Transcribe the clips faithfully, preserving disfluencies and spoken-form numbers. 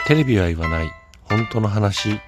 テレビは言わない本当の話。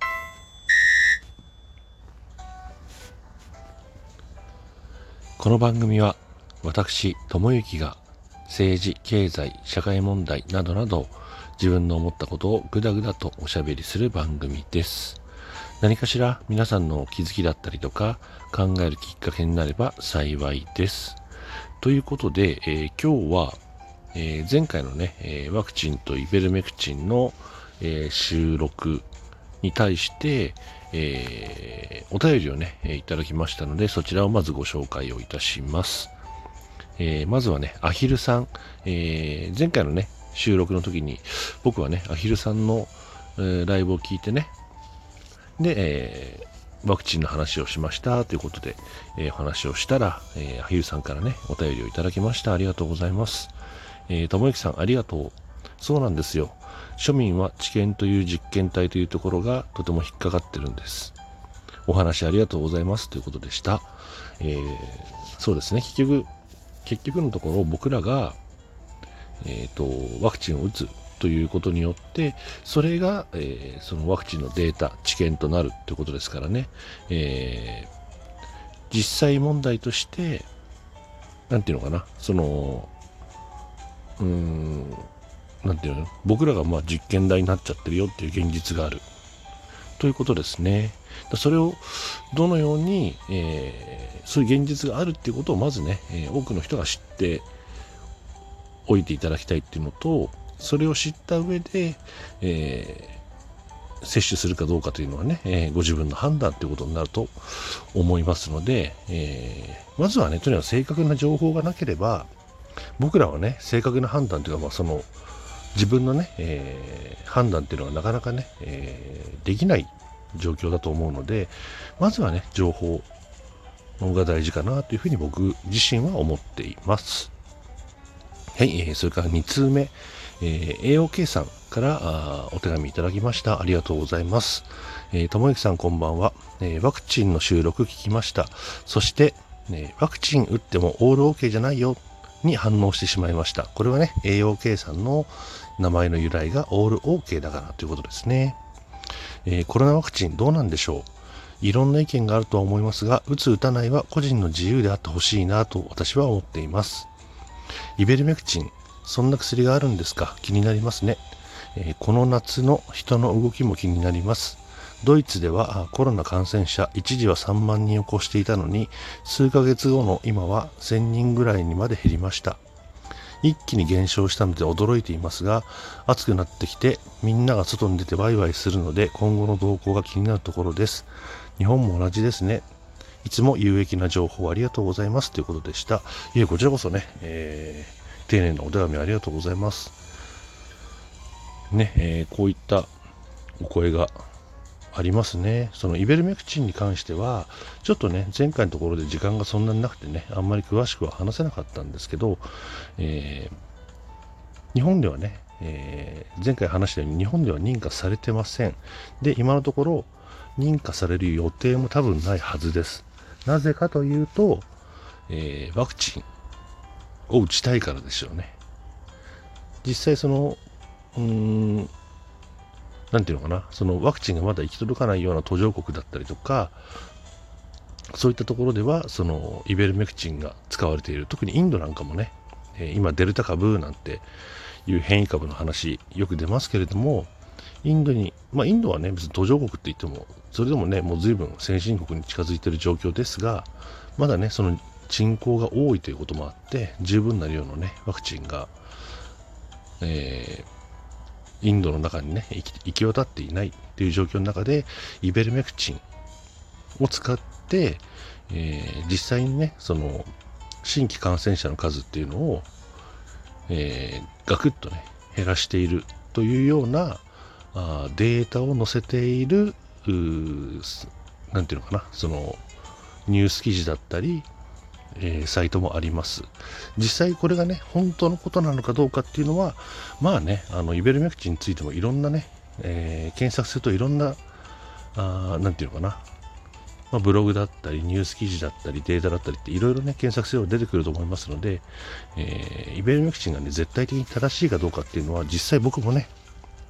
この番組は私智之が政治、経済、社会問題などなど自分の思ったことをぐだぐだとおしゃべりする番組です。何かしら皆さんの気づきだったりとか考えるきっかけになれば幸いです。ということで、えー、今日は、えー、前回のね、えー、ワクチンとイベルメクチンの、えー、収録に対して、えー、お便りをね、いただきましたので、そちらをまずご紹介をいたします。えー、まずはね、アヒルさん、えー、前回のね、収録の時に僕はね、アヒルさんの、えー、ライブを聞いてね、で、えー、ワクチンの話をしましたということで、えー、お話をしたら、えー、アヒルさんからね、お便りをいただきました。ありがとうございます。えー、ともゆきさん、ありがとう。そうなんですよ。庶民は治験という実験体というところがとても引っかかってるんです。お話ありがとうございますということでした。えー、そうですね。結局、結局のところ僕らが、えーと、ワクチンを打つということによって、それが、えー、そのワクチンのデータ、知見となるということですからね。えー、実際問題として、なんていうのかな、その、うーん、なんていうの、僕らがまあ実験台になっちゃってるよっていう現実があるということですね。それをどのように、えー、そういう現実があるっていうことをまずね、えー、多くの人が知っておいていただきたいっていうのと、それを知った上で、えー、接種するかどうかというのはね、えー、ご自分の判断ということになると思いますので、えー、まずはね、とにかく正確な情報がなければ、僕らはね、正確な判断というか、まあ、その自分のね、えー、判断っていうのはなかなかね、えー、できない状況だと思うので、まずはね、情報が大事かなというふうに僕自身は思っています。はい、えー、それからに通目、えー、エーオーケー さんからあお手紙いただきました。ありがとうございます。えー、ともゆきさんこんばんは、えー。ワクチンの収録聞きました。そして、えー、ワクチン打ってもオール OK じゃないよに反応してしまいました。これはね、エーオーケー さんの名前の由来がオール OK だからということですね。えー、コロナワクチンどうなんでしょう。いろんな意見があるとは思いますが、打つ打たないは個人の自由であってほしいなと私は思っています。イベルメクチン、そんな薬があるんですか。気になりますね。えー、この夏の人の動きも気になります。ドイツではコロナ感染者一時はさんまんにんを超していたのに、数ヶ月後の今はせんにんぐらいにまで減りました。一気に減少したので驚いていますが、暑くなってきてみんなが外に出てワイワイするので今後の動向が気になるところです。日本も同じですね。いつも有益な情報ありがとうございますということでした。いえ、こちらこそね、えー、丁寧なお手紙ありがとうございます。ね、えー、こういったお声がありますね。そのイベルメクチンに関してはちょっとね、前回のところで時間がそんなになくてね、あんまり詳しくは話せなかったんですけど、えー、日本ではね、えー、前回話したように日本では認可されてません。で、今のところ認可される予定も多分ないはずです。なぜかというと、えー、ワクチンを打ちたいからでしょうね。実際そのうーんなんていうのかな、そのワクチンがまだ行き届かないような途上国だったりとか、そういったところではそのイベルメクチンが使われている。特にインドなんかもね、えー、今デルタ株なんていう変異株の話よく出ますけれども、インドに、まあインドはね、別に途上国って言ってもそれでもね、もう随分先進国に近づいている状況ですが、まだね、その人口が多いということもあって十分な量のねワクチンが、えー、インドの中にね行き、行き渡っていないという状況の中でイベルメクチンを使って、えー、実際にねその新規感染者の数っていうのを、えー、ガクッとね減らしているというようなあデータを載せているなんていうのかな、そのニュース記事だったり、えー、サイトもあります。実際これがね本当のことなのかどうかっていうのは、まあね、あのイベルメクチンについてもいろんなね、えー、検索するといろんなあなんていうのかな、まあ、ブログだったりニュース記事だったりデータだったりっていろいろね検索すれば出てくると思いますので、えー、イベルメクチンがね絶対的に正しいかどうかっていうのは実際僕もね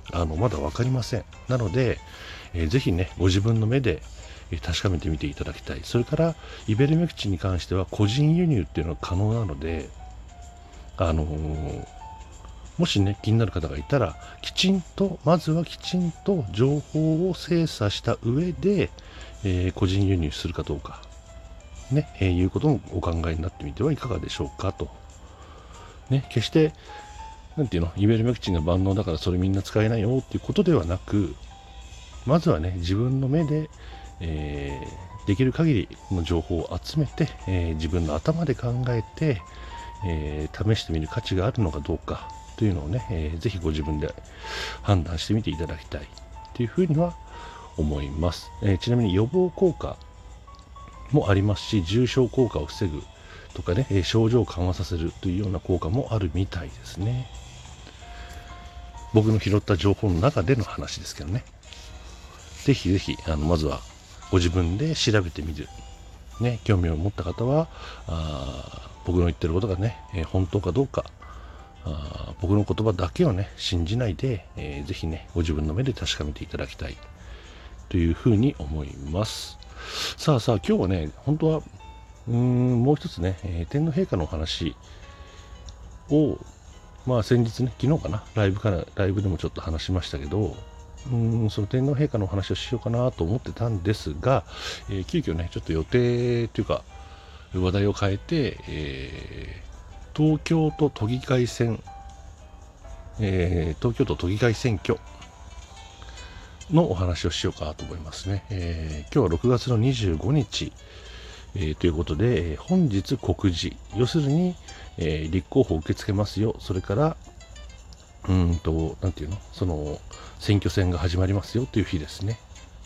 あのまだ分かりません。なので、えー、ぜひねご自分の目で確かめてみていただきたい。それからイベルメクチンに関しては個人輸入っていうのは可能なので、あのー、もしね気になる方がいたら、きちんとまずはきちんと情報を精査した上で、えー、個人輸入するかどうかね、えー、いうこともお考えになってみてはいかがでしょうかと。ね、決してなんていうの、イベルメクチンが万能だからそれみんな使えないよっていうことではなく、まずはね自分の目で、えー、できる限りの情報を集めて、えー、自分の頭で考えて、えー、試してみる価値があるのかどうかというのをね、えー、ぜひご自分で判断してみていただきたいというふうには思います。えー、ちなみに予防効果もありますし、重症効果を防ぐとかね、えー、症状を緩和させるというような効果もあるみたいですね。僕の拾った情報の中での話ですけどね。ぜひぜひあのまずはご自分で調べてみる、ね、興味を持った方はあ僕の言ってることがね、えー、本当かどうか、あ僕の言葉だけをね信じないで、えー、ぜひねご自分の目で確かめていただきたいというふうに思います。さあさあ今日はね本当はうーんもう一つね、えー、天皇陛下のお話をまあ先日ね昨日かなライブからライブでもちょっと話しましたけど、うーんその天皇陛下のお話をしようかなと思ってたんですが、えー、急遽ねちょっと予定というか話題を変えて、えー、東京都都議会選、えー、東京都都議会選挙のお話をしようかと思いますね。えー、今日はろくがつのにじゅうごにち、えー、ということで、えー、本日告示、要するに、えー、立候補を受け付けますよ、それからうーんとなんていうのその選挙戦が始まりますよという日ですね。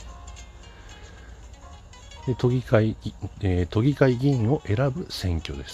で都議会、えー、都議会議員を選ぶ選挙です。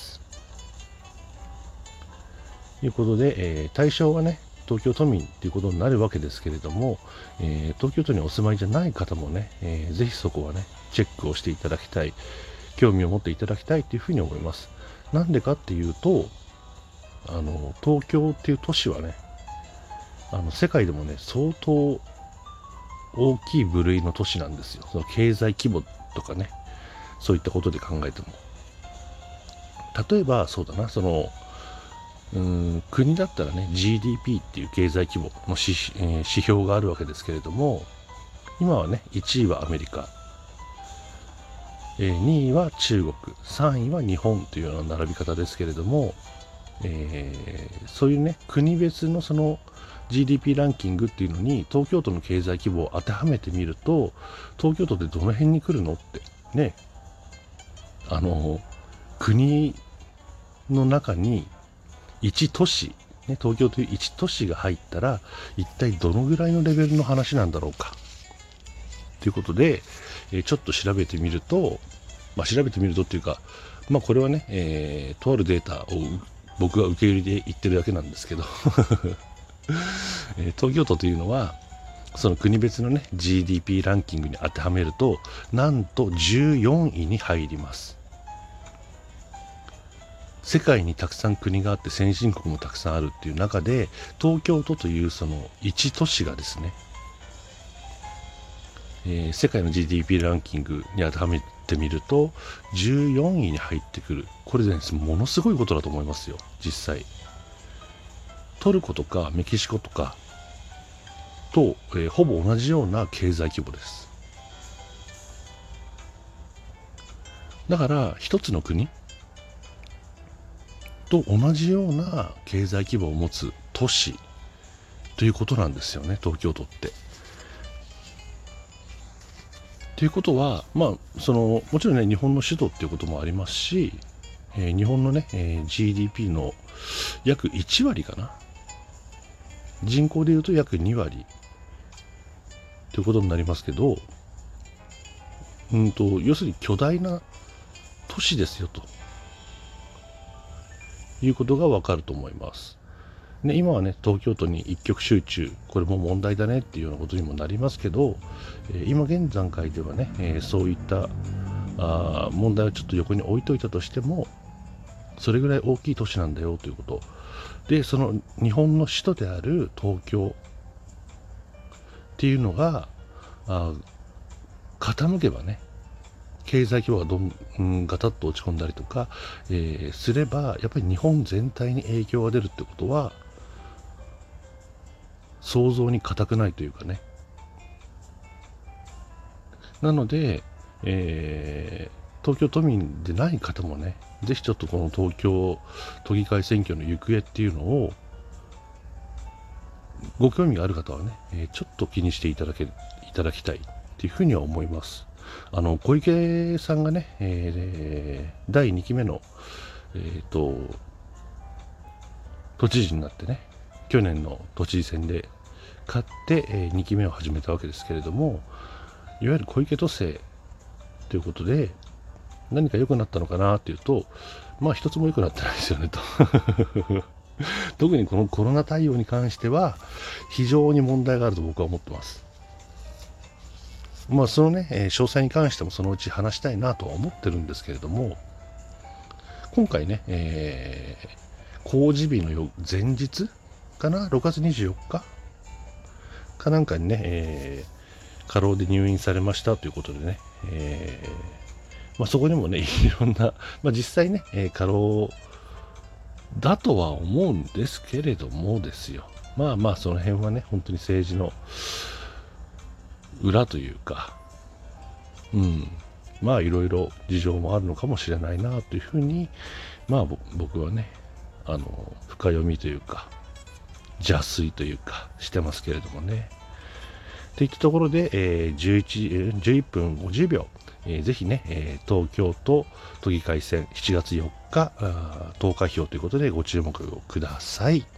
ということで、えー、対象はね東京都民ということになるわけですけれども、えー、東京都にお住まいじゃない方もね、えー、ぜひそこはねチェックをしていただきたい、興味を持っていただきたいというふうに思います。なんでかっていうと、あの東京っていう都市はね、あの世界でもね相当大きい部類の都市なんですよ。その経済規模とかね、そういったことで考えても、例えばそうだな、そのうーん国だったらね ジーディーピー っていう経済規模の指、えー、指標があるわけですけれども、今はねいちいはアメリカ、えー、にいは中国、さんいは日本というような並び方ですけれども、えー、そういうね国別のその ジーディーピー ランキングっていうのに東京都の経済規模を当てはめてみると、東京都ってどの辺に来るのってね、あの国の中にいち都市、ね、東京といういち都市が入ったら一体どのぐらいのレベルの話なんだろうかということで、えー、ちょっと調べてみると、まあ、調べてみるとっていうか、まあ、これはね、えー、とあるデータを僕が受け入れて言ってるだけなんですけど、えー、東京都というのはその国別のね ジーディーピー ランキングに当てはめるとなんとじゅうよんいに入ります。世界にたくさん国があって先進国もたくさんあるっていう中で、東京都というそのいち都市がですね、えー、世界の ジーディーピー ランキングに当てはめてみるとじゅうよんいに入ってくる。これで、ね、ものすごいことだと思いますよ。実際トルコとかメキシコとかと、えー、ほぼ同じような経済規模です。だから一つの国と同じような経済規模を持つ都市ということなんですよね、東京都って。ということは、まあ、そのもちろんね日本の首都っていうこともありますし、えー、日本のね、えー、ジーディーピー の約いちわりかな、人口でいうと約にわりということになりますけど、うんと要するに巨大な都市ですよということがわかると思います。ね、今はね東京都に一極集中、これも問題だねっていうようなことにもなりますけど、えー、今現段階ではね、えー、そういったあ問題をちょっと横に置いといたとしても、それぐらい大きい都市なんだよということで、その日本の首都である東京っていうのがあ傾けばね、経済規模がどん、うん、ガタッと落ち込んだりとか、えー、すればやっぱり日本全体に影響が出るってことは想像に難くないというかね。なので、えー、東京都民でない方もね、ぜひちょっとこの東京都議会選挙の行方っていうのをご興味がある方はね、えー、ちょっと気にしていただけいただきたいっていうふうには思います。あの小池さんがね、えー、だいにきめの、えー、と都知事になってね、去年の都知事選で勝って、えー、にきめを始めたわけですけれども、いわゆる小池都政ということで何か良くなったのかなっていうと、まあ一つも良くなってないですよねと特にこのコロナ対応に関しては非常に問題があると僕は思ってます。まあそのね、えー、詳細に関してもそのうち話したいなとは思ってるんですけれども、今回ね、えー、公示日のよ前日かな、ろくがつにじゅうよっかかなんかにね、えー、過労で入院されましたということでね、えーまあ、そこにもね、いろんな、まあ、実際ね、えー、過労だとは思うんですけれどもですよ。まあまあ、その辺はね、本当に政治の裏というか、うん、まあいろいろ事情もあるのかもしれないなというふうに、まあ僕はね、あの深読みというか邪推というかしてますけれどもね。といったところで、えー、じゅういち、じゅういっぷんごじゅうびょう、えー、ぜひね、えー、東京都都議会選しちがつよっか投開票ということでご注目ください。